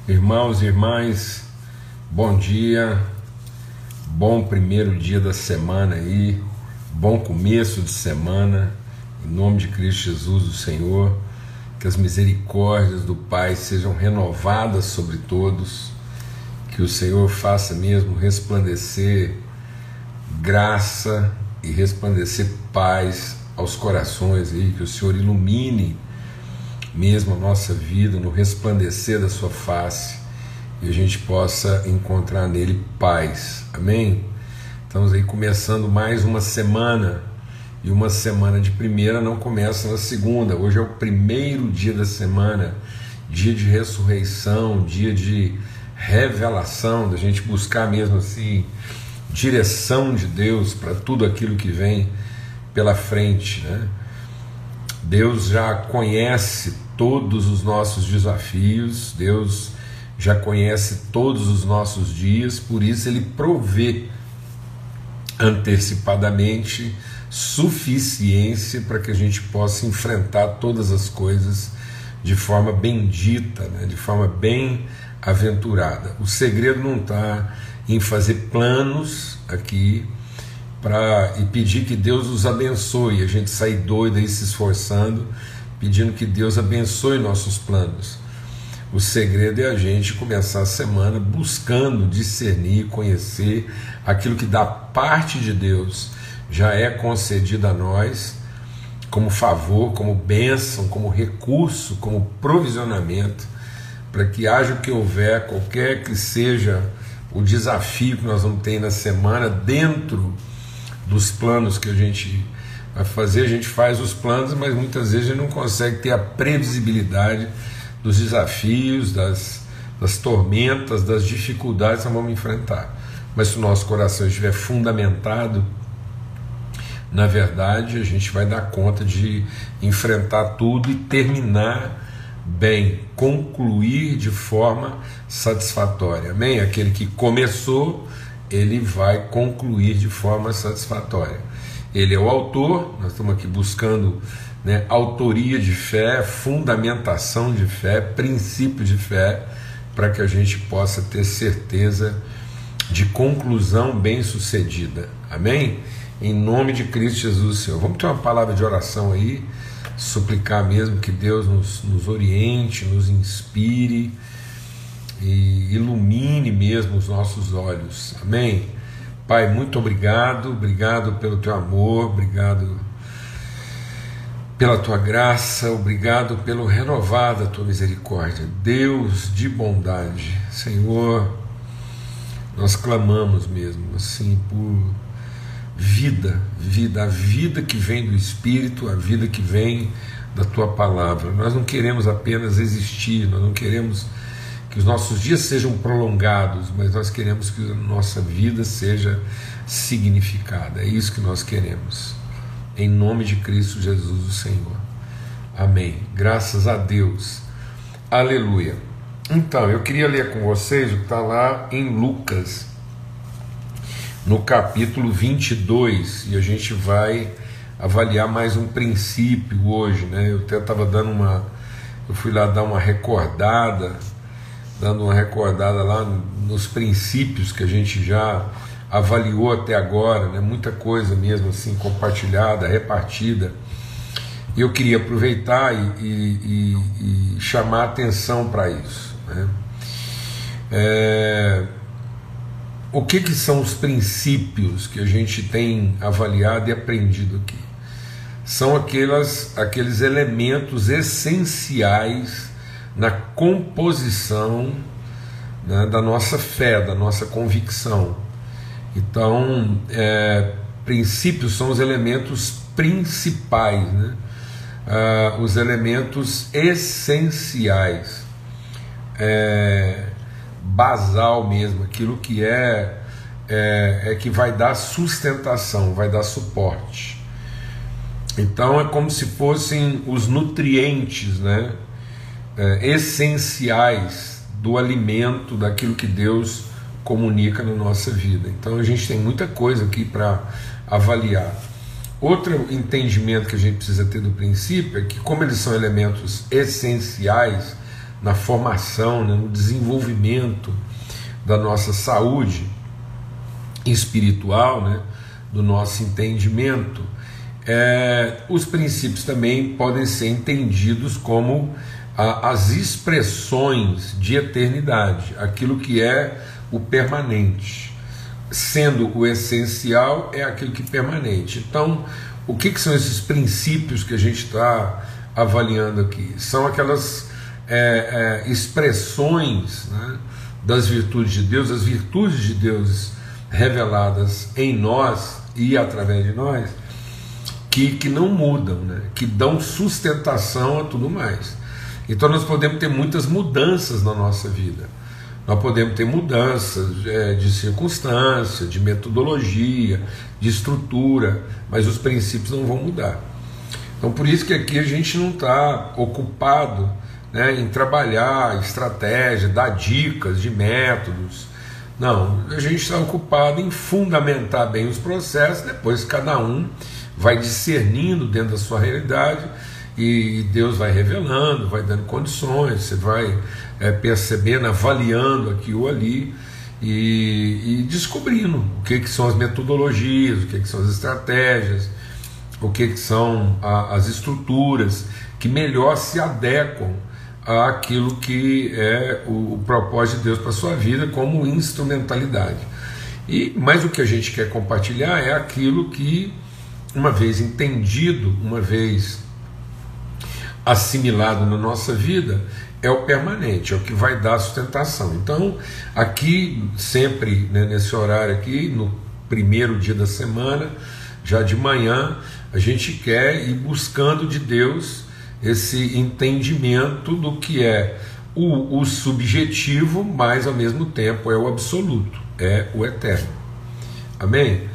Irmãos e irmãs, bom dia, bom primeiro dia da semana aí, bom começo de semana, em nome de Cristo Jesus, o Senhor, que as misericórdias do Pai sejam renovadas sobre todos, que o Senhor faça mesmo resplandecer graça e resplandecer paz aos corações aí, que o Senhor ilumine mesmo a nossa vida no resplandecer da sua face e a gente possa encontrar nele paz, amém? Estamos aí começando mais uma semana, e uma semana de primeira não começa na segunda. Hoje é o primeiro dia da semana, dia de ressurreição, dia de revelação, da gente buscar mesmo assim direção de Deus para tudo aquilo que vem pela frente, né? Deus já conhece todos os nossos desafios, Deus já conhece todos os nossos dias, por isso Ele provê antecipadamente suficiência para que a gente possa enfrentar todas as coisas de forma bendita, né? De forma bem aventurada. O segredo não está em fazer planos aqui e pedir que Deus nos abençoe, a gente sair doido aí se esforçando, pedindo que Deus abençoe nossos planos. O segredo é a gente começar a semana buscando discernir, conhecer aquilo que da parte de Deus já é concedido a nós, como favor, como bênção, como recurso, como provisionamento, para que haja o que houver, qualquer que seja o desafio que nós vamos ter na semana, dentro dos planos que a gente vai fazer. A gente faz os planos, mas muitas vezes a gente não consegue ter a previsibilidade dos desafios, das tormentas, das dificuldades que nós vamos enfrentar. Mas se o nosso coração estiver fundamentado na verdade, a gente vai dar conta de enfrentar tudo e terminar bem, concluir de forma satisfatória, amém? Aquele que começou, ele vai concluir de forma satisfatória. Ele é o autor, nós estamos aqui buscando, né, autoria de fé, fundamentação de fé, princípio de fé, para que a gente possa ter certeza de conclusão bem sucedida, amém? Em nome de Cristo Jesus, Senhor. Vamos ter uma palavra de oração aí, suplicar mesmo que Deus nos oriente, nos inspire e ilumine mesmo os nossos olhos, amém? Pai, muito obrigado pelo teu amor, obrigado pela tua graça, obrigado pelo renovar da tua misericórdia, Deus de bondade, Senhor, nós clamamos mesmo assim por vida, a vida que vem do Espírito, a vida que vem da tua palavra. Nós não queremos apenas existir, nós não queremos que os nossos dias sejam prolongados, mas nós queremos que a nossa vida seja significada. É isso que nós queremos. Em nome de Cristo Jesus, o Senhor. Amém. Graças a Deus. Aleluia. Então, eu queria ler com vocês o que está lá em Lucas, no capítulo 22, e a gente vai avaliar mais um princípio hoje, né? Eu até estava eu fui lá dar uma recordada, lá nos princípios que a gente já avaliou até agora, né? Muita coisa mesmo assim compartilhada, repartida, e eu queria aproveitar e chamar a atenção para isso, né? O que são os princípios que a gente tem avaliado e aprendido aqui? São aqueles elementos essenciais na composição, né, da nossa fé, da nossa convicção. Então, princípios são os elementos principais, né? Os elementos essenciais, basal mesmo, aquilo que que vai dar sustentação, vai dar suporte. Então é como se fossem os nutrientes, né, essenciais do alimento, daquilo que Deus comunica na nossa vida. Então a gente tem muita coisa aqui para avaliar. Outro entendimento que a gente precisa ter do princípio é que, como eles são elementos essenciais na formação, né, no desenvolvimento da nossa saúde espiritual, né, do nosso entendimento, os princípios também podem ser entendidos como as expressões de eternidade, aquilo que é o permanente, sendo o essencial é aquilo que é permanente. Então, o que são esses princípios que a gente está avaliando aqui? São aquelas expressões, né, das virtudes de Deus, as virtudes de Deus reveladas em nós e através de nós, que não mudam, né, que dão sustentação a tudo mais. Então nós podemos ter muitas mudanças na nossa vida, nós podemos ter mudanças de circunstância, de metodologia, de estrutura, mas os princípios não vão mudar. Então por isso que aqui a gente não está ocupado, né, em trabalhar estratégia, dar dicas de métodos. Não, a gente está ocupado em fundamentar bem os processos, depois cada um vai discernindo dentro da sua realidade e Deus vai revelando, vai dando condições, você vai percebendo, avaliando aqui ou ali e descobrindo o que são as metodologias, o que são as estratégias, o que são as estruturas que melhor se adequam àquilo que é o propósito de Deus para a sua vida como instrumentalidade. Mas o que a gente quer compartilhar é aquilo que, uma vez entendido, uma vez assimilado na nossa vida, é o permanente, é o que vai dar sustentação. Então, aqui, sempre, né, nesse horário aqui, no primeiro dia da semana, já de manhã, a gente quer ir buscando de Deus esse entendimento do que é o subjetivo, mas ao mesmo tempo é o absoluto, é o eterno. Amém?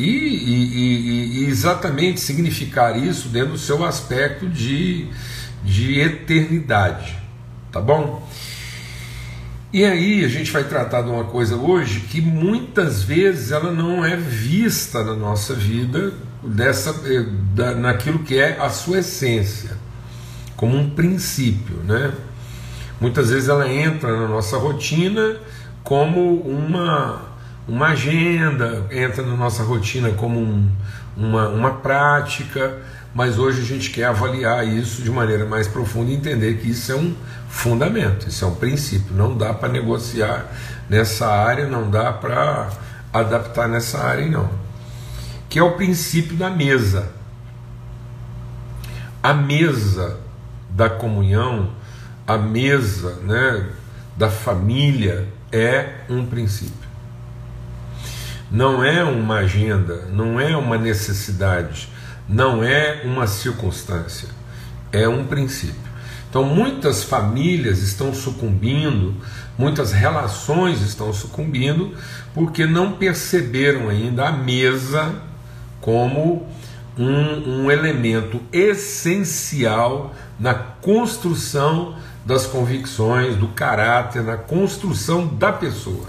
E exatamente significar isso dentro do seu aspecto de eternidade, tá bom? E aí a gente vai tratar de uma coisa hoje que muitas vezes ela não é vista na nossa vida naquilo que é a sua essência, como um princípio, né? Muitas vezes ela entra na nossa rotina como uma agenda, entra na nossa rotina como uma prática, mas hoje a gente quer avaliar isso de maneira mais profunda e entender que isso é um fundamento, isso é um princípio, não dá para negociar nessa área, não dá para adaptar nessa área não, que é o princípio da mesa. A mesa da comunhão, a mesa, né, da família é um princípio. Não é uma agenda, não é uma necessidade, não é uma circunstância, é um princípio. Então muitas famílias estão sucumbindo, muitas relações estão sucumbindo, porque não perceberam ainda a mesa como um elemento essencial na construção das convicções, do caráter, na construção da pessoa.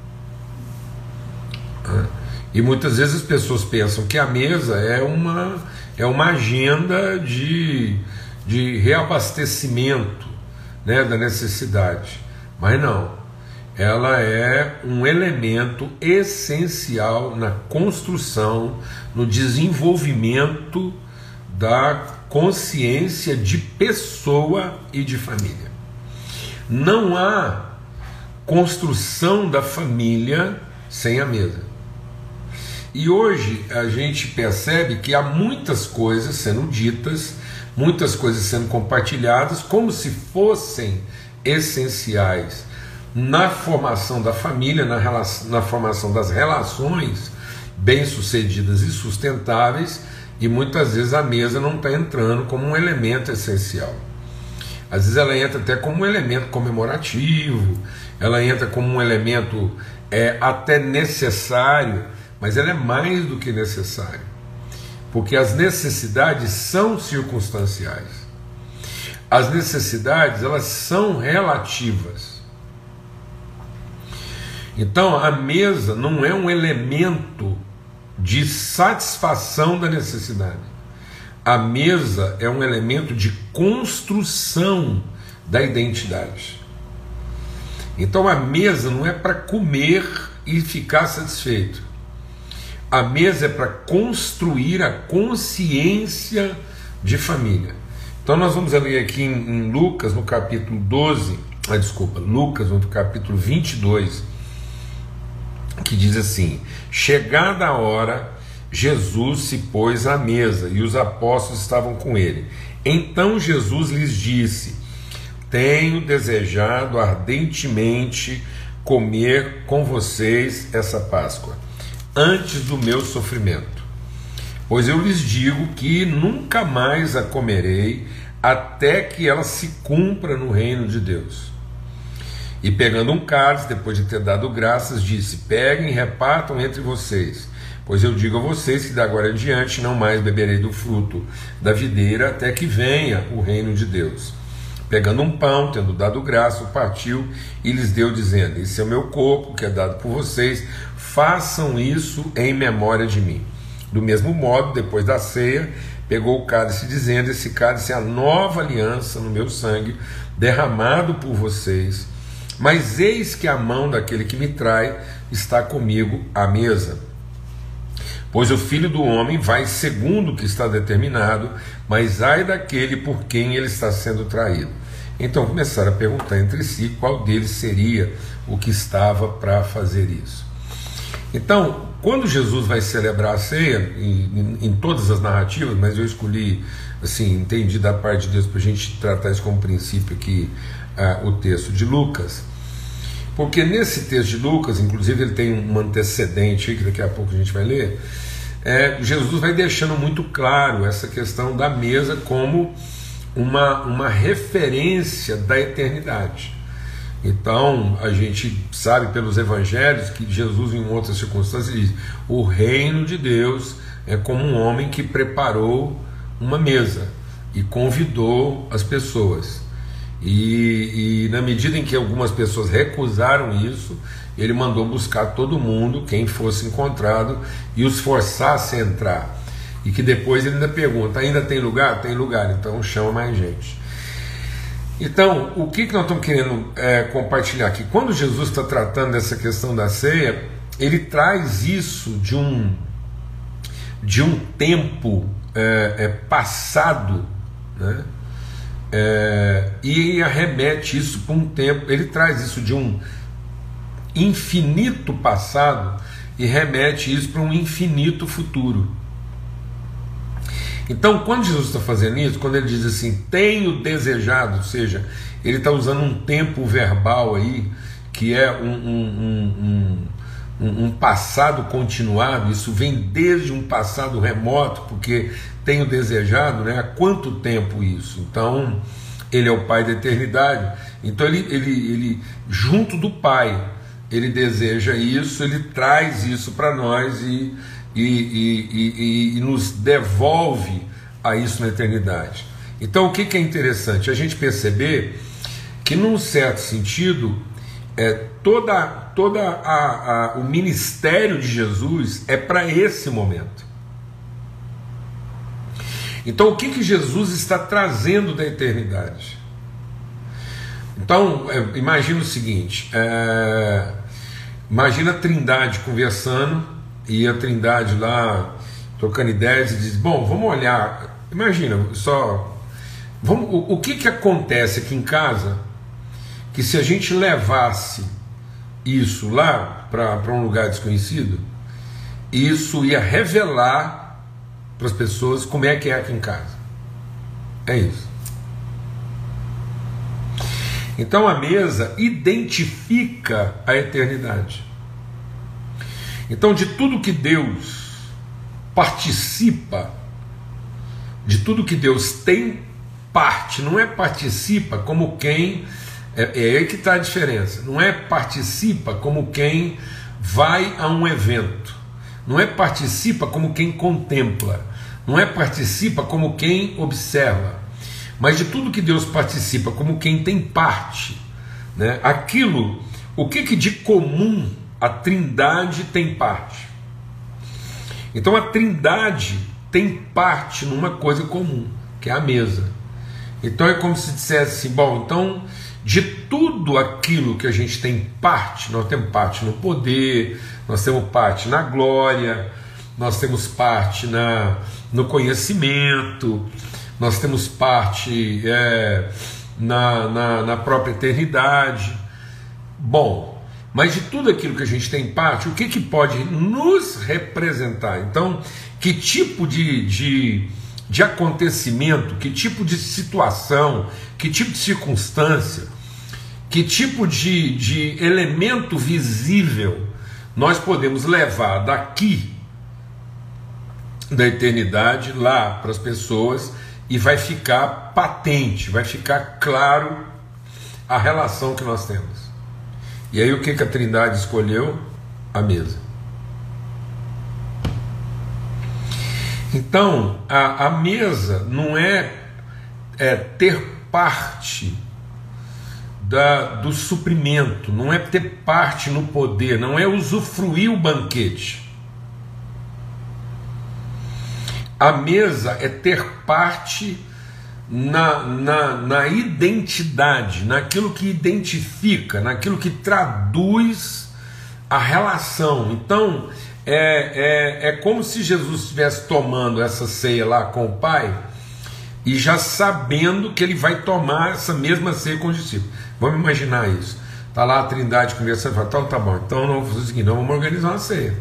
E muitas vezes as pessoas pensam que a mesa é uma agenda de reabastecimento, né, da necessidade, mas não. Ela é um elemento essencial na construção, no desenvolvimento da consciência de pessoa e de família. Não há construção da família sem a mesa. E hoje a gente percebe que há muitas coisas sendo ditas, muitas coisas sendo compartilhadas como se fossem essenciais na formação da família, na formação das relações bem-sucedidas e sustentáveis, e muitas vezes a mesa não está entrando como um elemento essencial. Às vezes ela entra até como um elemento comemorativo, ela entra como um elemento até necessário, mas ela é mais do que necessário, porque as necessidades são circunstanciais. As necessidades, elas são relativas. Então a mesa não é um elemento de satisfação da necessidade. A mesa é um elemento de construção da identidade. Então a mesa não é para comer e ficar satisfeito. A mesa é para construir a consciência de família. Então nós vamos ler aqui em Lucas, no capítulo 12, Lucas, no capítulo 22, que diz assim: chegada a hora, Jesus se pôs à mesa e os apóstolos estavam com ele. Então Jesus lhes disse: tenho desejado ardentemente comer com vocês essa Páscoa, antes do meu sofrimento. Pois eu lhes digo que nunca mais a comerei, até que ela se cumpra no reino de Deus. E pegando um cálice, depois de ter dado graças, disse: peguem e repartam entre vocês, pois eu digo a vocês que de agora em diante não mais beberei do fruto da videira, até que venha o reino de Deus. Pegando um pão, tendo dado graça, o partiu e lhes deu, dizendo: esse é o meu corpo, que é dado por vocês, façam isso em memória de mim. Do mesmo modo, depois da ceia, pegou o cálice, dizendo: esse cálice é a nova aliança no meu sangue, derramado por vocês. Mas eis que a mão daquele que me trai está comigo à mesa. Pois o Filho do Homem vai segundo o que está determinado, mas ai daquele por quem ele está sendo traído. Então começaram a perguntar entre si qual deles seria o que estava para fazer isso. Então, quando Jesus vai celebrar a ceia, em todas as narrativas, mas eu escolhi, assim, entendi da parte de Deus para a gente tratar isso como princípio aqui, o texto de Lucas, porque nesse texto de Lucas, inclusive ele tem um antecedente aí, que daqui a pouco a gente vai ler, Jesus vai deixando muito claro essa questão da mesa como uma referência da eternidade. Então a gente sabe pelos evangelhos que Jesus, em outras circunstâncias, diz: o reino de Deus é como um homem que preparou uma mesa e convidou as pessoas, e na medida em que algumas pessoas recusaram isso, ele mandou buscar todo mundo, quem fosse encontrado, e os forçasse a entrar. E que depois ele ainda pergunta: ainda tem lugar? Tem lugar, então chama mais gente. Então, o que nós estamos querendo compartilhar aqui? Quando Jesus está tratando dessa questão da ceia, ele traz isso de um tempo passado, né? E arremete isso para um tempo, ele traz isso de um infinito passado e remete isso para um infinito futuro. Então, quando Jesus está fazendo isso, quando ele diz assim, tenho desejado, ou seja, ele está usando um tempo verbal aí, que é um passado continuado, isso vem desde um passado remoto, porque tenho desejado, né? Há quanto tempo isso? Então, ele é o Pai da eternidade, então ele junto do Pai, ele deseja isso, ele traz isso para nós e nos devolve a isso na eternidade. Então o que é interessante? A gente perceber que, num certo sentido, o ministério de Jesus é para esse momento. Então o que Jesus está trazendo da eternidade? Então imagina o seguinte, imagina a Trindade conversando, e a Trindade lá trocando ideias, e diz: bom, vamos olhar, imagina só, o que acontece aqui em casa, que se a gente levasse isso lá para um lugar desconhecido, isso ia revelar para as pessoas como é que é aqui em casa. É isso. Então a mesa identifica a eternidade. Então, de tudo que Deus participa, de tudo que Deus tem parte, não é participa como quem, é aí que está a diferença, não é participa como quem vai a um evento, não é participa como quem contempla, não é participa como quem observa, mas de tudo que Deus participa como quem tem parte, né? Aquilo, o que de comum a Trindade tem parte. Então a Trindade tem parte numa coisa comum, que é a mesa. Então é como se dissesse assim: bom, então de tudo aquilo que a gente tem parte. Nós temos parte no poder, nós temos parte na glória, nós temos parte no conhecimento, nós temos parte na própria eternidade. Bom, mas de tudo aquilo que a gente tem parte, o que pode nos representar? Então, que tipo de acontecimento, que tipo de situação, que tipo de circunstância, que tipo de elemento visível nós podemos levar daqui da eternidade lá para as pessoas e vai ficar patente, vai ficar claro a relação que nós temos. E aí o que a Trindade escolheu? A mesa. Então, a mesa não é ter parte do suprimento, não é ter parte no poder, não é usufruir o banquete. A mesa é ter parte na identidade, naquilo que identifica, naquilo que traduz a relação. Então, é como se Jesus estivesse tomando essa ceia lá com o Pai e já sabendo que ele vai tomar essa mesma ceia com os discípulos. Vamos imaginar isso. Está lá a Trindade conversando e fala, então tá bom, então não vou fazer o seguinte, não, vamos organizar uma ceia.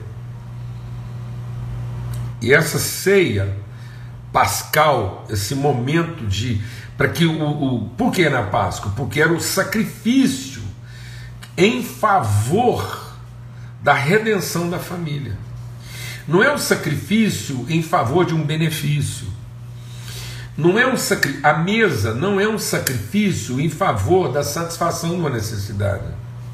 E essa ceia pascal, esse momento para que por que na Páscoa? Porque era o sacrifício em favor da redenção da família. Não é um sacrifício em favor de um benefício. Não é a mesa não é um sacrifício em favor da satisfação de uma necessidade.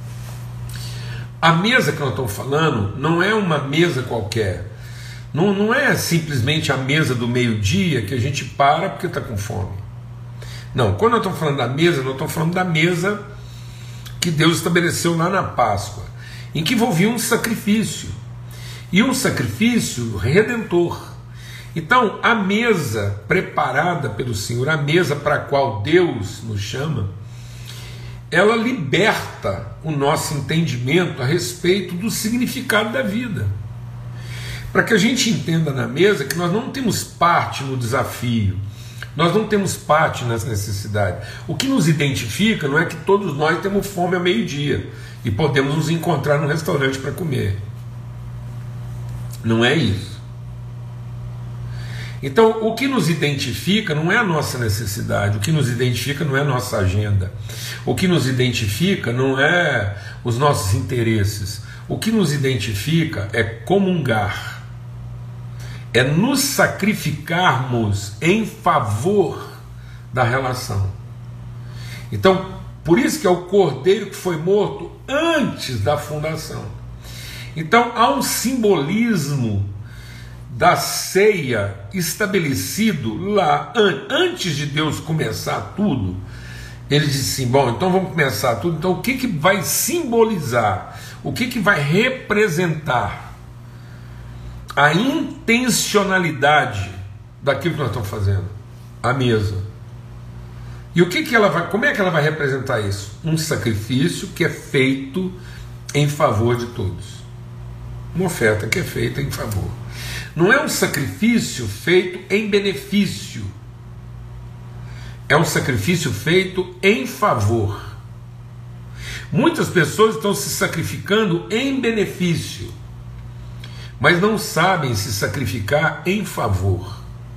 A mesa que nós estamos falando não é uma mesa qualquer. Não é simplesmente a mesa do meio-dia que a gente para porque está com fome. Não, quando nós estamos falando da mesa, nós estamos falando da mesa que Deus estabeleceu lá na Páscoa, em que envolvia um sacrifício, e um sacrifício redentor. Então, a mesa preparada pelo Senhor, a mesa para a qual Deus nos chama, ela liberta o nosso entendimento a respeito do significado da vida. Para que a gente entenda na mesa que nós não temos parte no desafio, nós não temos parte nas necessidades. O que nos identifica não é que todos nós temos fome ao meio-dia e podemos nos encontrar num restaurante para comer. Não é isso. Então, o que nos identifica não é a nossa necessidade, o que nos identifica não é a nossa agenda, o que nos identifica não é os nossos interesses, o que nos identifica é comungar. É nos sacrificarmos em favor da relação. Então, por isso que é o cordeiro que foi morto antes da fundação. Então, há um simbolismo da ceia estabelecido lá, antes de Deus começar tudo. Ele disse assim, bom, então vamos começar tudo. Então, o que vai simbolizar? O que vai representar a intencionalidade daquilo que nós estamos fazendo? A mesa. E como é que ela vai representar isso? Um sacrifício que é feito em favor de todos. Uma oferta que é feita em favor. Não é um sacrifício feito em benefício. É um sacrifício feito em favor. Muitas pessoas estão se sacrificando em benefício, mas não sabem se sacrificar em favor.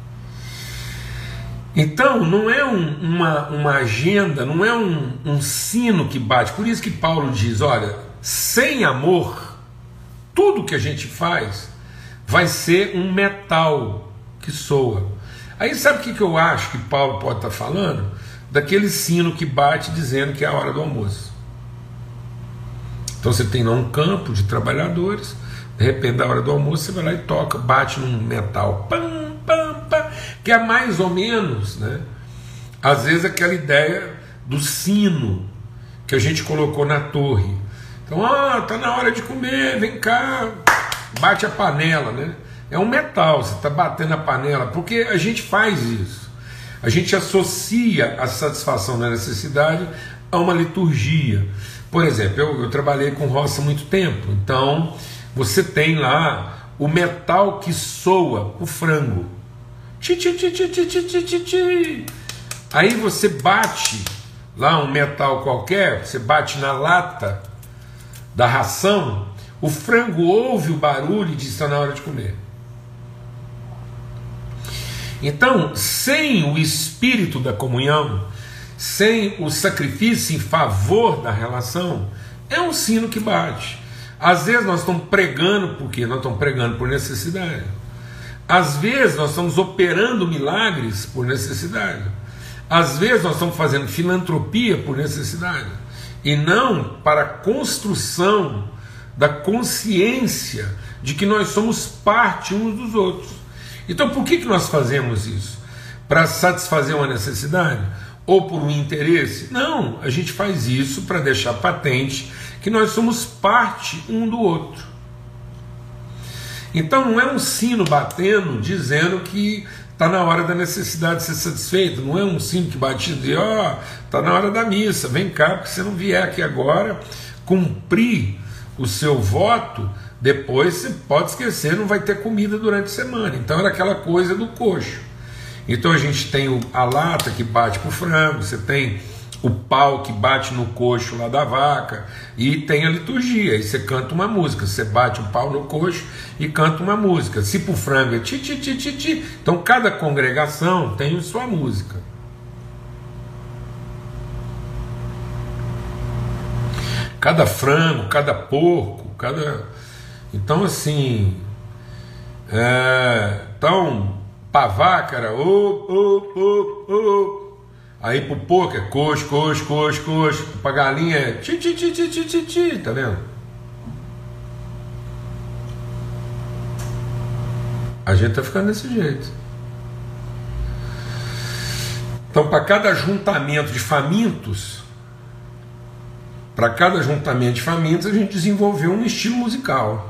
Então, não é uma agenda, não é um sino que bate. Por isso que Paulo diz, olha, sem amor, tudo que a gente faz vai ser um metal que soa. Aí sabe o que eu acho que Paulo pode estar falando? Daquele sino que bate dizendo que é a hora do almoço. Então você tem lá um campo de trabalhadores, de repente da hora do almoço você vai lá e toca, bate num metal, pam, pam, pam, que é mais ou menos, né? Às vezes aquela ideia do sino que a gente colocou na torre. Então, tá na hora de comer, vem cá, bate a panela, né? É um metal, você está batendo a panela, porque a gente faz isso. A gente associa a satisfação da necessidade a uma liturgia. Por exemplo, eu trabalhei com roça há muito tempo, então você tem lá o metal que soa o frango. Ti, ti, ti, ti, ti, ti, ti, ti, ti. Aí você bate lá um metal qualquer, você bate na lata da ração, o frango ouve o barulho e diz: está na hora de comer. Então, sem o espírito da comunhão, sem o sacrifício em favor da relação, é um sino que bate. Às vezes nós estamos pregando, porque nós estamos pregando por necessidade. Às vezes nós estamos operando milagres por necessidade. Às vezes nós estamos fazendo filantropia por necessidade, e não para a construção da consciência de que nós somos parte uns dos outros. Então por que nós fazemos isso? Para satisfazer uma necessidade? Ou por um interesse? Não, a gente faz isso para deixar patente que nós somos parte um do outro. Então não é um sino batendo dizendo que está na hora da necessidade de ser satisfeito. Não é um sino que bate e diz: ó, está na hora da missa, vem cá, porque se não vier aqui agora cumprir o seu voto, depois você pode esquecer, não vai ter comida durante a semana. Então era aquela coisa do coxo. Então a gente tem a lata que bate para o frango, você tem o pau que bate no coxo lá da vaca, e tem a liturgia. Aí você canta uma música, você bate o pau no coxo e canta uma música. Se para o frango é ti, ti, ti, ti, ti. Então cada congregação tem a sua música. Cada frango, cada porco, cada... Então assim, então para a vaca era aí pro porco é coxo, coxo, coxo, coxo. Pra galinha é ti, ti, ti, ti, ti, ti, ti. Tá vendo? A gente tá ficando desse jeito. Então, para cada ajuntamento de famintos, a gente desenvolveu um estilo musical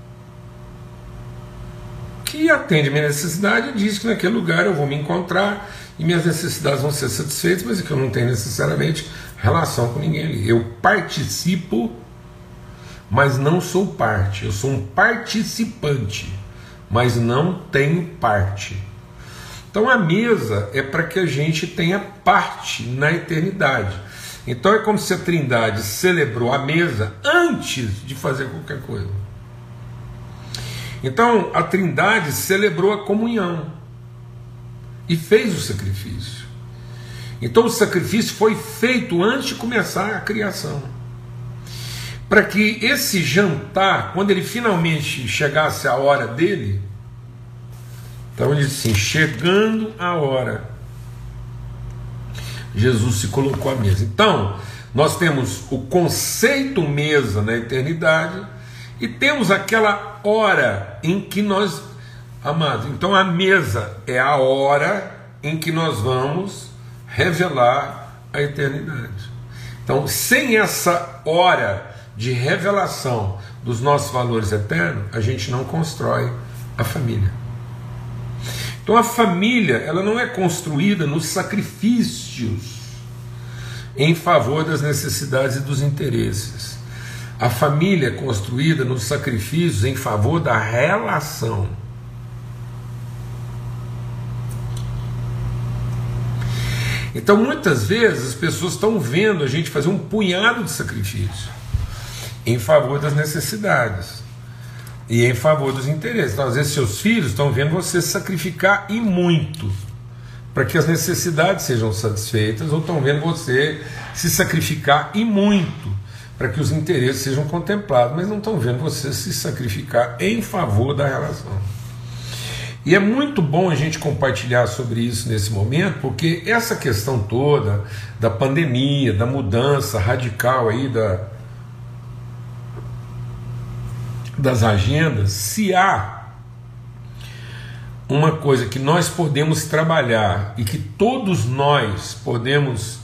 que atende a minha necessidade e diz que naquele lugar eu vou me encontrar e minhas necessidades vão ser satisfeitas, mas é que eu não tenho necessariamente relação com ninguém ali. Eu participo, mas não sou parte. Eu sou um participante, mas não tenho parte. Então a mesa é para que a gente tenha parte na eternidade. Então é como se a Trindade celebrou a mesa antes de fazer qualquer coisa. Então a Trindade celebrou a comunhão e fez o sacrifício. Então o sacrifício foi feito antes de começar a criação, para que esse jantar, quando ele finalmente chegasse a hora dele, então ele disse assim: chegando a hora, Jesus se colocou à mesa. Então nós temos o conceito mesa na eternidade e temos aquela hora em que nós, amados, então a mesa é a hora em que nós vamos revelar a eternidade. Então, sem essa hora de revelação dos nossos valores eternos, a gente não constrói a família. Então a família, ela não é construída nos sacrifícios em favor das necessidades e dos interesses. A família é construída nos sacrifícios em favor da relação. Então muitas vezes as pessoas estão vendo a gente fazer um punhado de sacrifício em favor das necessidades e em favor dos interesses. Então às vezes seus filhos estão vendo você sacrificar e muito para que as necessidades sejam satisfeitas, ou estão vendo você se sacrificar e muito para que os interesses sejam contemplados, mas não estão vendo você se sacrificar em favor da relação. E é muito bom a gente compartilhar sobre isso nesse momento, porque essa questão toda da pandemia, da mudança radical aí das agendas, se há uma coisa que nós podemos trabalhar e que todos nós podemos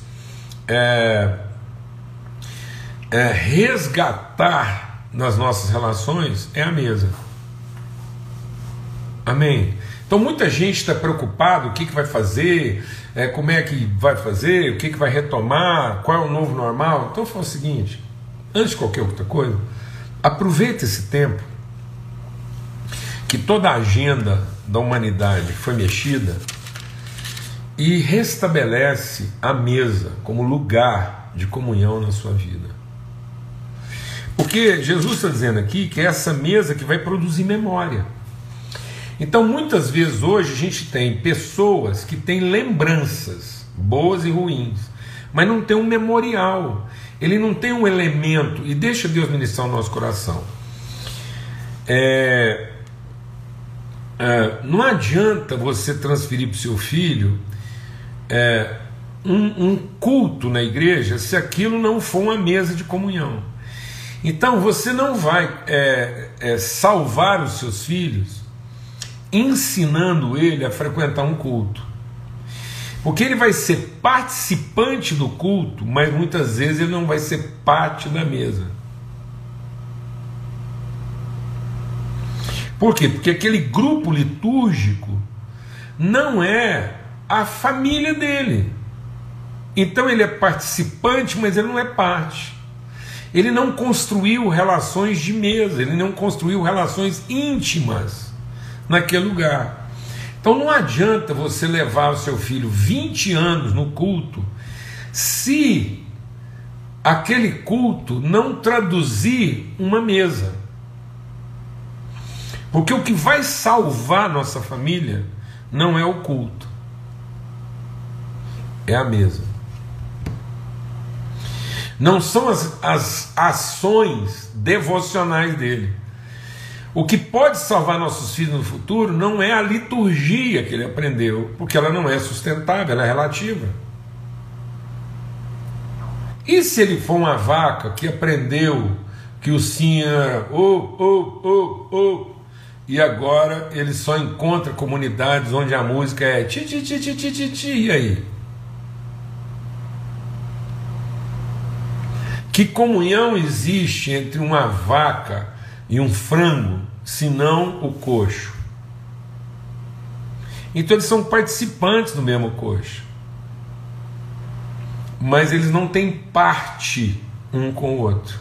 resgatar nas nossas relações, é a mesa. Amém? Então muita gente está preocupado, o que vai fazer, como é que vai fazer, o que vai retomar, qual é o novo normal. Então foi o seguinte, antes de qualquer outra coisa, aproveita esse tempo que toda a agenda da humanidade foi mexida e restabelece a mesa como lugar de comunhão na sua vida. Porque Jesus está dizendo aqui que é essa mesa que vai produzir memória. Então muitas vezes hoje a gente tem pessoas que têm lembranças boas e ruins, mas não tem um memorial, ele não tem um elemento, e deixa Deus ministrar o nosso coração. Não adianta você transferir para o seu filho um culto na igreja se aquilo não for uma mesa de comunhão. Então você não vai salvar os seus filhos ensinando ele a frequentar um culto, porque ele vai ser participante do culto, mas muitas vezes ele não vai ser parte da mesa. Por quê? Porque aquele grupo litúrgico não é a família dele. Então ele é participante, mas ele não é parte. Ele não construiu relações de mesa, ele não construiu relações íntimas naquele lugar. Então não adianta você levar o seu filho 20 anos no culto se aquele culto não traduzir uma mesa. Porque o que vai salvar nossa família não é o culto, é a mesa. Não são as ações devocionais dele. O que pode salvar nossos filhos no futuro não é a liturgia que ele aprendeu, porque ela não é sustentável, ela é relativa. E se ele for uma vaca que aprendeu que o sim era e agora ele só encontra comunidades onde a música é ti, ti, ti, ti, ti, ti, ti, e aí? Que comunhão existe entre uma vaca e um frango, senão o coxo? Então eles são participantes do mesmo coxo, mas eles não têm parte um com o outro.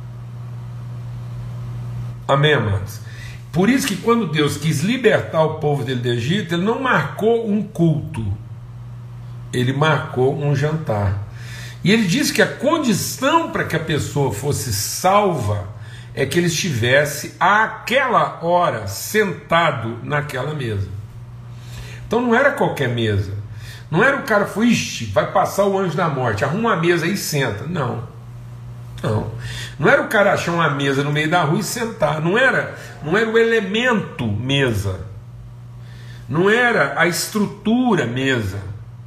Amém, amados? Por isso que quando Deus quis libertar o povo dele do Egito, ele não marcou um culto, ele marcou um jantar. E ele disse que a condição para que a pessoa fosse salva é que ele estivesse àquela hora sentado naquela mesa. Então não era qualquer mesa. Não era o cara que foi, vai passar o anjo da morte, arruma uma mesa e senta. Não. Não era o cara achar uma mesa no meio da rua e sentar. Não era o elemento mesa. Não era a estrutura mesa.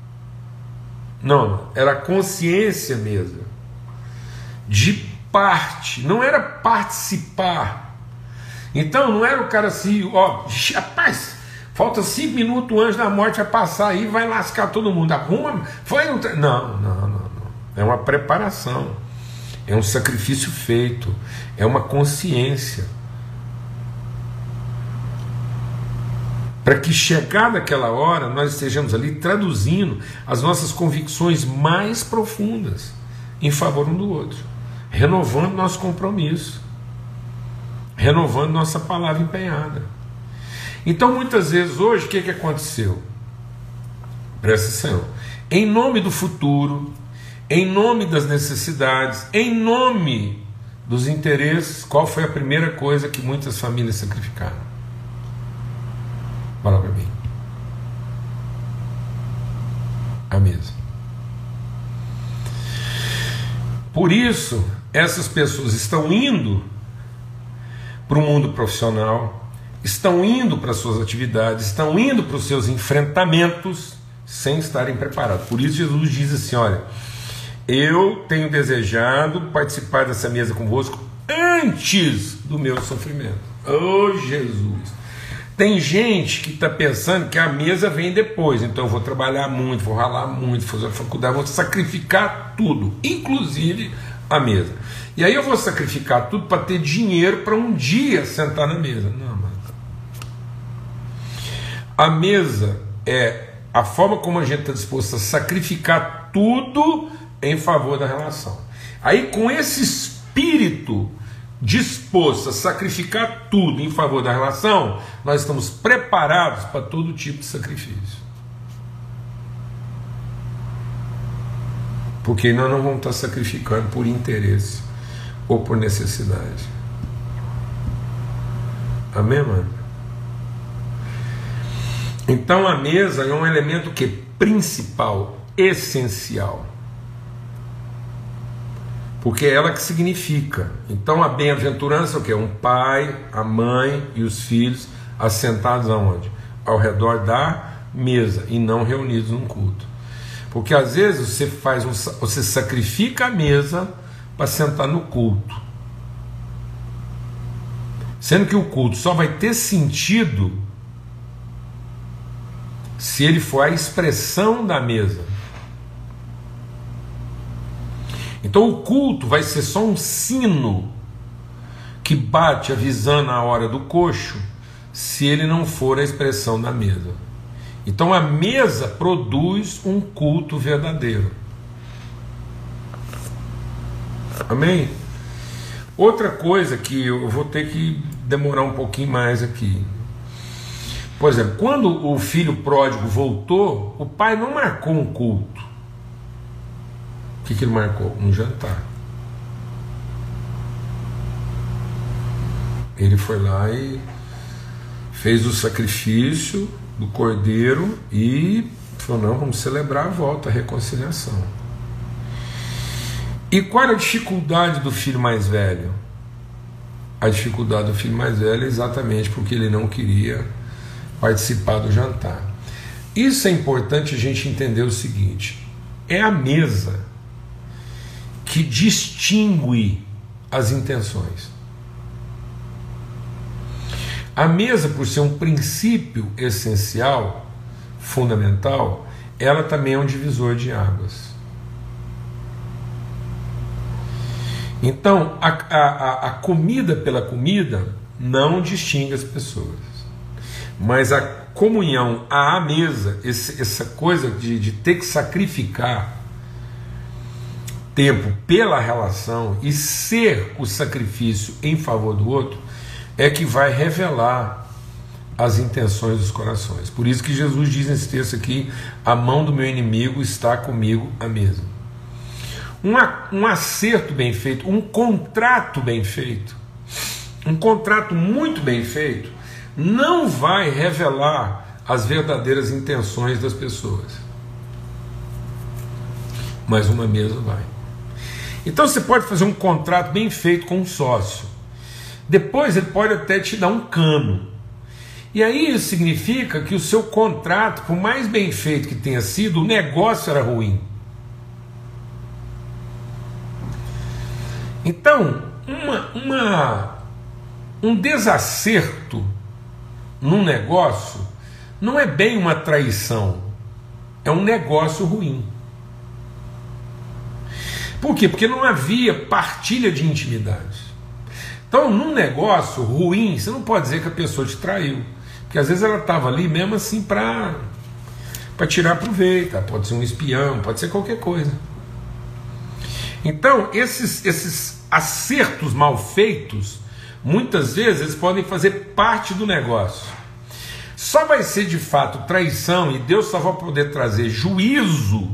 Não, era a consciência mesa. De parte, não era participar. Então não era o cara assim, rapaz, falta 5 minutos, o anjo da morte vai passar aí, vai lascar todo mundo. Arruma, não. É uma preparação, é um sacrifício feito, é uma consciência. Para que chegada aquela hora nós estejamos ali traduzindo as nossas convicções mais profundas em favor um do outro, renovando nosso compromisso, renovando nossa palavra empenhada. Então muitas vezes hoje o que aconteceu? Presta atenção. Em nome do futuro, em nome das necessidades, em nome dos interesses, qual foi a primeira coisa que muitas famílias sacrificaram? Fala para mim. A mesa. Por isso, essas pessoas estão indo para o mundo profissional, estão indo para as suas atividades, estão indo para os seus enfrentamentos sem estarem preparados. Por isso Jesus diz assim, olha, eu tenho desejado participar dessa mesa convosco antes do meu sofrimento. Oh Jesus! Tem gente que está pensando que a mesa vem depois, então eu vou trabalhar muito, vou ralar muito, vou fazer a faculdade, vou sacrificar tudo, inclusive a mesa. E aí eu vou sacrificar tudo para ter dinheiro para um dia sentar na mesa. Não, mano. A mesa é a forma como a gente está disposto a sacrificar tudo em favor da relação. Aí, com esse espírito disposto a sacrificar tudo em favor da relação, nós estamos preparados para todo tipo de sacrifício. Porque nós não vamos estar sacrificando por interesse ou por necessidade. Amém, mano? Então a mesa é um elemento que principal, essencial. Porque é ela que significa. Então a bem-aventurança é o quê? Um pai, a mãe e os filhos assentados aonde? Ao redor da mesa e não reunidos num culto. Porque às vezes você sacrifica a mesa para sentar no culto. Sendo que o culto só vai ter sentido se ele for a expressão da mesa. Então o culto vai ser só um sino que bate avisando a hora do coxo, se ele não for a expressão da mesa. Então a mesa produz um culto verdadeiro. Amém? Outra coisa que eu vou ter que demorar um pouquinho mais aqui. Por exemplo, quando o filho pródigo voltou, o pai não marcou um culto. O que ele marcou? Um jantar. Ele foi lá e fez o sacrifício do cordeiro e falou: não, vamos celebrar a volta, a reconciliação. E qual era a dificuldade do filho mais velho? A dificuldade do filho mais velho é exatamente porque ele não queria participar do jantar. Isso é importante a gente entender o seguinte: é a mesa que distingue as intenções. A mesa, por ser um princípio essencial, fundamental, ela também é um divisor de águas. Então, a comida pela comida não distingue as pessoas, mas a comunhão à mesa, essa coisa de ter que sacrificar tempo pela relação e ser o sacrifício em favor do outro, é que vai revelar as intenções dos corações. Por isso que Jesus diz nesse texto aqui: a mão do meu inimigo está comigo à mesa. Um acerto bem feito, um contrato bem feito, um contrato muito bem feito, não vai revelar as verdadeiras intenções das pessoas, mas uma mesa vai. Então você pode fazer um contrato bem feito com um sócio, depois ele pode até te dar um cano, e aí isso significa que o seu contrato, por mais bem feito que tenha sido, o negócio era ruim. Então, um desacerto num negócio não é bem uma traição, é um negócio ruim. Por quê? Porque não havia partilha de intimidade. Então, num negócio ruim, você não pode dizer que a pessoa te traiu, porque às vezes ela estava ali mesmo assim para tirar proveito, pode ser um espião, pode ser qualquer coisa. Então, esses acertos mal feitos, muitas vezes eles podem fazer parte do negócio. Só vai ser de fato traição, e Deus só vai poder trazer juízo.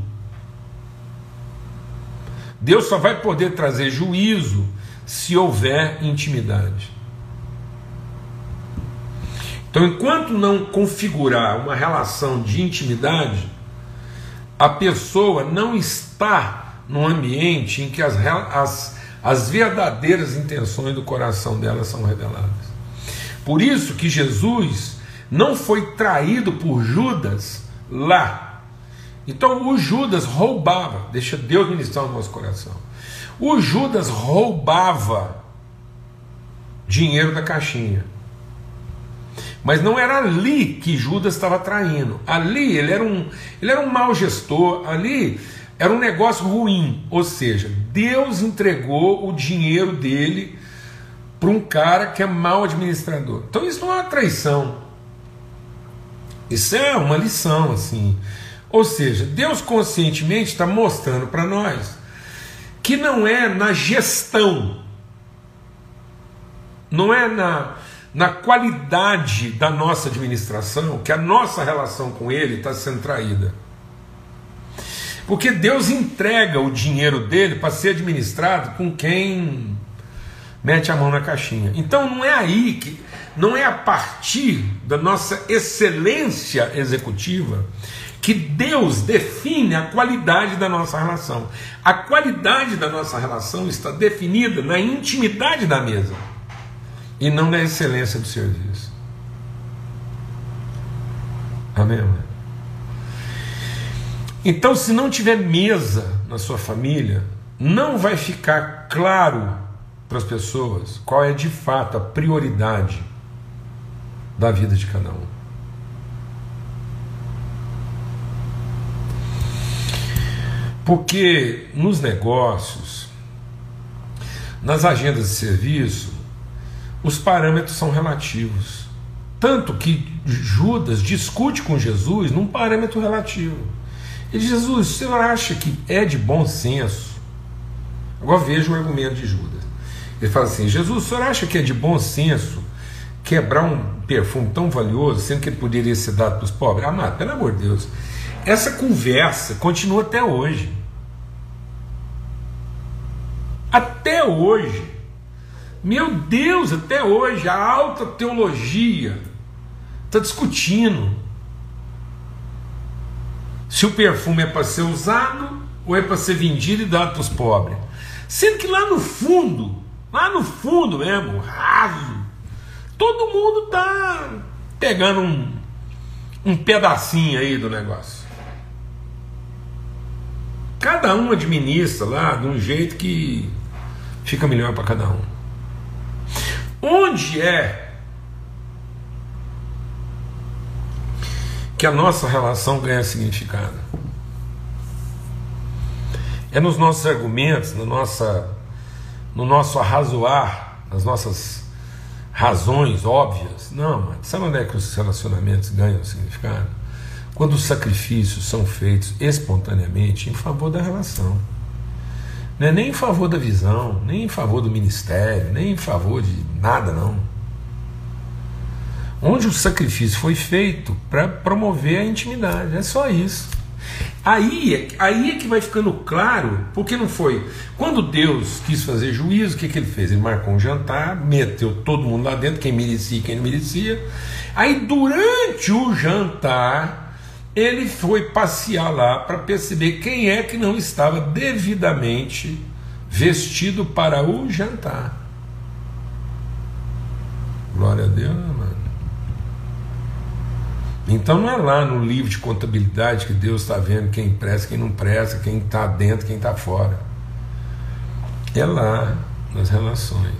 Deus só vai poder trazer juízo se houver intimidade. Então, enquanto não configurar uma relação de intimidade, a pessoa não está num ambiente em que as verdadeiras intenções do coração dela são reveladas. Por isso que Jesus não foi traído por Judas lá. Então o Judas roubava, deixa Deus ministrar o nosso coração. O Judas roubava dinheiro da caixinha. Mas não era ali que Judas estava traindo. Ali ele era um mau gestor, ali era um negócio ruim, ou seja, Deus entregou o dinheiro dele para um cara que é mau administrador. Então isso não é uma traição. Isso é uma lição, assim. Ou seja, Deus conscientemente está mostrando para nós que não é na gestão, não é na qualidade da nossa administração que a nossa relação com Ele está sendo traída. Porque Deus entrega o dinheiro dele para ser administrado com quem mete a mão na caixinha. Então não é aí que, não é a partir da nossa excelência executiva que Deus define a qualidade da nossa relação. A qualidade da nossa relação está definida na intimidade da mesa e não na excelência do serviço. Amém, amém? Então, se não tiver mesa na sua família, não vai ficar claro para as pessoas qual é de fato a prioridade da vida de cada um. Porque nos negócios, nas agendas de serviço, os parâmetros são relativos. Tanto que Judas discute com Jesus num parâmetro relativo. Ele diz: Jesus, o senhor acha que é de bom senso? Agora veja o argumento de Judas. Ele fala assim: Jesus, o senhor acha que é de bom senso quebrar um perfume tão valioso, sendo que ele poderia ser dado para os pobres? Amado, pelo amor de Deus, essa conversa continua até hoje. Até hoje. Meu Deus, até hoje a alta teologia está discutindo se o perfume é para ser usado ou é para ser vendido e dado para os pobres. Sendo que lá no fundo mesmo, raso, todo mundo está pegando um pedacinho aí do negócio. Cada um administra lá de um jeito que fica melhor para cada um. Onde é que a nossa relação ganha significado? É nos nossos argumentos, no nosso arrazoar, nas nossas razões óbvias? Não, mas sabe onde é que os relacionamentos ganham significado? Quando os sacrifícios são feitos espontaneamente em favor da relação. Não é nem em favor da visão, nem em favor do ministério, nem em favor de nada, não. Onde o sacrifício foi feito para promover a intimidade, é só isso. Aí é que vai ficando claro, porque não foi. Quando Deus quis fazer juízo, o que ele fez? Ele marcou um jantar, meteu todo mundo lá dentro, quem merecia e quem não merecia. Aí durante o jantar, ele foi passear lá para perceber quem é que não estava devidamente vestido para o jantar. Glória a Deus, mano. Então não é lá no livro de contabilidade que Deus está vendo quem presta, quem não presta, quem está dentro, quem está fora. É lá nas relações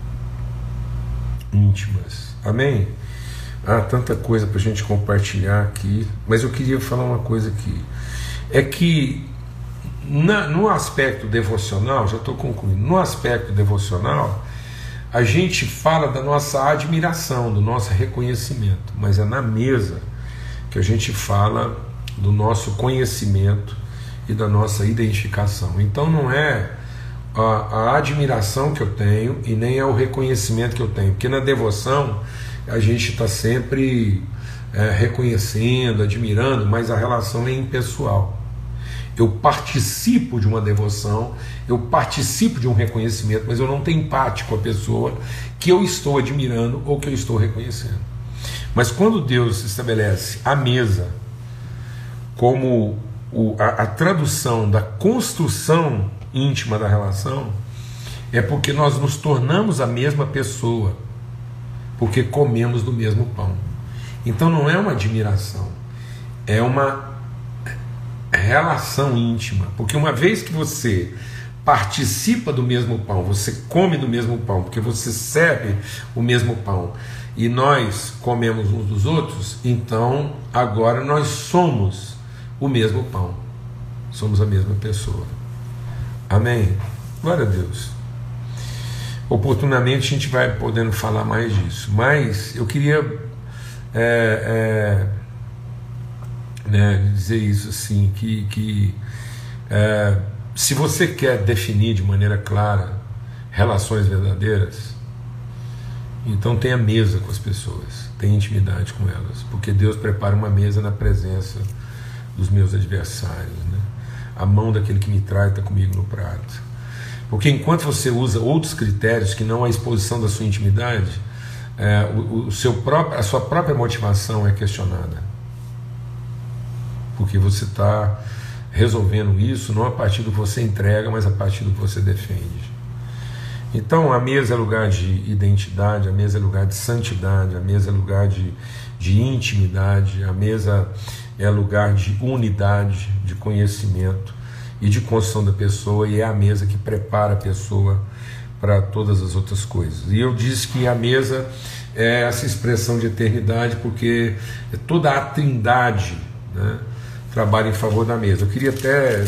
íntimas. Amém? Há tanta coisa para a gente compartilhar aqui, mas eu queria falar uma coisa aqui. É que no aspecto devocional, já estou concluindo, no aspecto devocional, a gente fala da nossa admiração, do nosso reconhecimento, mas é na mesa que a gente fala do nosso conhecimento e da nossa identificação. Então não é a admiração que eu tenho e nem é o reconhecimento que eu tenho, porque na devoção a gente está sempre reconhecendo, admirando, mas a relação é impessoal. Eu participo de uma devoção, eu participo de um reconhecimento, mas eu não tenho empate com a pessoa que eu estou admirando ou que eu estou reconhecendo. Mas quando Deus estabelece a mesa como a tradução da construção íntima da relação, é porque nós nos tornamos a mesma pessoa, porque comemos do mesmo pão. Então não é uma admiração, é uma relação íntima, porque uma vez que você participa do mesmo pão, você come do mesmo pão, porque você serve o mesmo pão, e nós comemos uns dos outros, então agora nós somos o mesmo pão, somos a mesma pessoa. Amém? Glória a Deus. Oportunamente a gente vai podendo falar mais disso, mas eu queria né, dizer isso assim, se você quer definir de maneira clara relações verdadeiras, então tenha mesa com as pessoas, tenha intimidade com elas, porque Deus prepara uma mesa na presença dos meus adversários, né? A mão daquele que me trai está comigo no prato. Porque enquanto você usa outros critérios que não a exposição da sua intimidade, a sua própria motivação é questionada, porque você está resolvendo isso não a partir do que você entrega, mas a partir do que você defende. Então a mesa é lugar de identidade, a mesa é lugar de santidade, a mesa é lugar de intimidade, a mesa é lugar de unidade, de conhecimento e de construção da pessoa, e é a mesa que prepara a pessoa para todas as outras coisas. E eu disse que a mesa é essa expressão de eternidade, porque toda a trindade, né, trabalha em favor da mesa. Eu queria até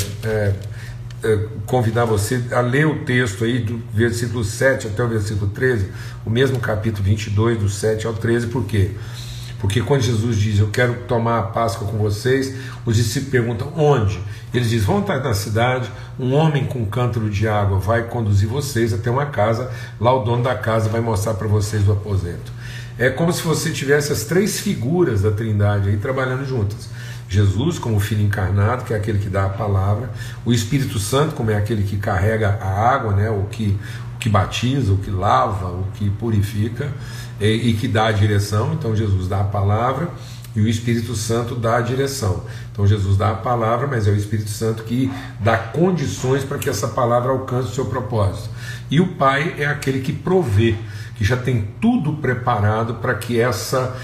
convidar você a ler o texto aí do versículo 7 até o versículo 13, o mesmo capítulo 22, do 7 ao 13, por quê? Porque quando Jesus diz, eu quero tomar a Páscoa com vocês, os discípulos perguntam, onde? Eles dizem, vão estar na cidade, um homem com um cântaro de água vai conduzir vocês até uma casa, lá o dono da casa vai mostrar para vocês o aposento. É como se você tivesse as três figuras da Trindade aí trabalhando juntas. Jesus como o Filho encarnado, que é aquele que dá a palavra, o Espírito Santo como é aquele que carrega a água, né, o que batiza, o que lava, o que purifica e que dá a direção. Então Jesus dá a palavra e o Espírito Santo dá a direção. Então Jesus dá a palavra, mas é o Espírito Santo que dá condições para que essa palavra alcance o seu propósito. E o Pai é aquele que provê, que já tem tudo preparado para que essa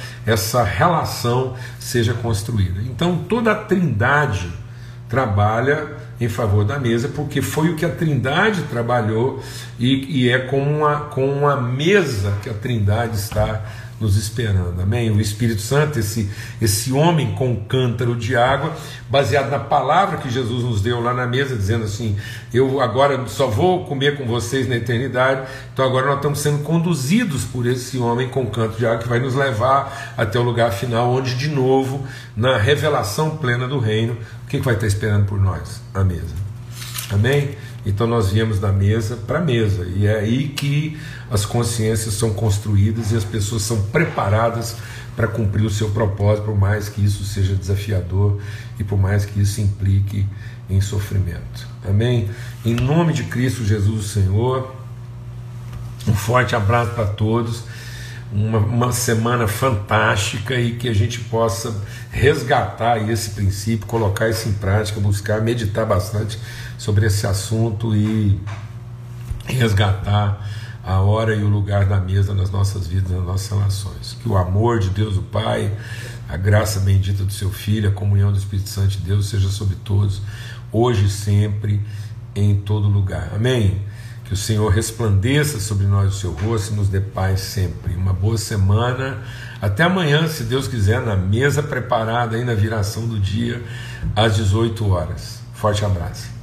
relação seja construída. Então toda a Trindade trabalha em favor da mesa, porque foi o que a Trindade trabalhou, e é com uma mesa que a Trindade está nos esperando, amém? O Espírito Santo, esse homem com um cântaro de água, baseado na palavra que Jesus nos deu lá na mesa, dizendo assim, eu agora só vou comer com vocês na eternidade. Então agora nós estamos sendo conduzidos por esse homem com cântaro de água, que vai nos levar até o lugar final, onde de novo, na revelação plena do reino, o que vai estar esperando por nós? A mesa, amém? Então nós viemos da mesa para a mesa, e é aí que as consciências são construídas e as pessoas são preparadas para cumprir o seu propósito, por mais que isso seja desafiador e por mais que isso implique em sofrimento. Amém? Em nome de Cristo Jesus o Senhor, um forte abraço para todos, uma semana fantástica, e que a gente possa resgatar esse princípio, colocar isso em prática, buscar meditar bastante sobre esse assunto e resgatar a hora e o lugar da mesa nas nossas vidas, nas nossas relações. Que o amor de Deus o Pai, a graça bendita do seu Filho, a comunhão do Espírito Santo de Deus seja sobre todos, hoje e sempre, em todo lugar. Amém? Que o Senhor resplandeça sobre nós o seu rosto e nos dê paz sempre. Uma boa semana. Até amanhã, se Deus quiser, na mesa preparada aí na viração do dia, às 18 horas. Forte abraço.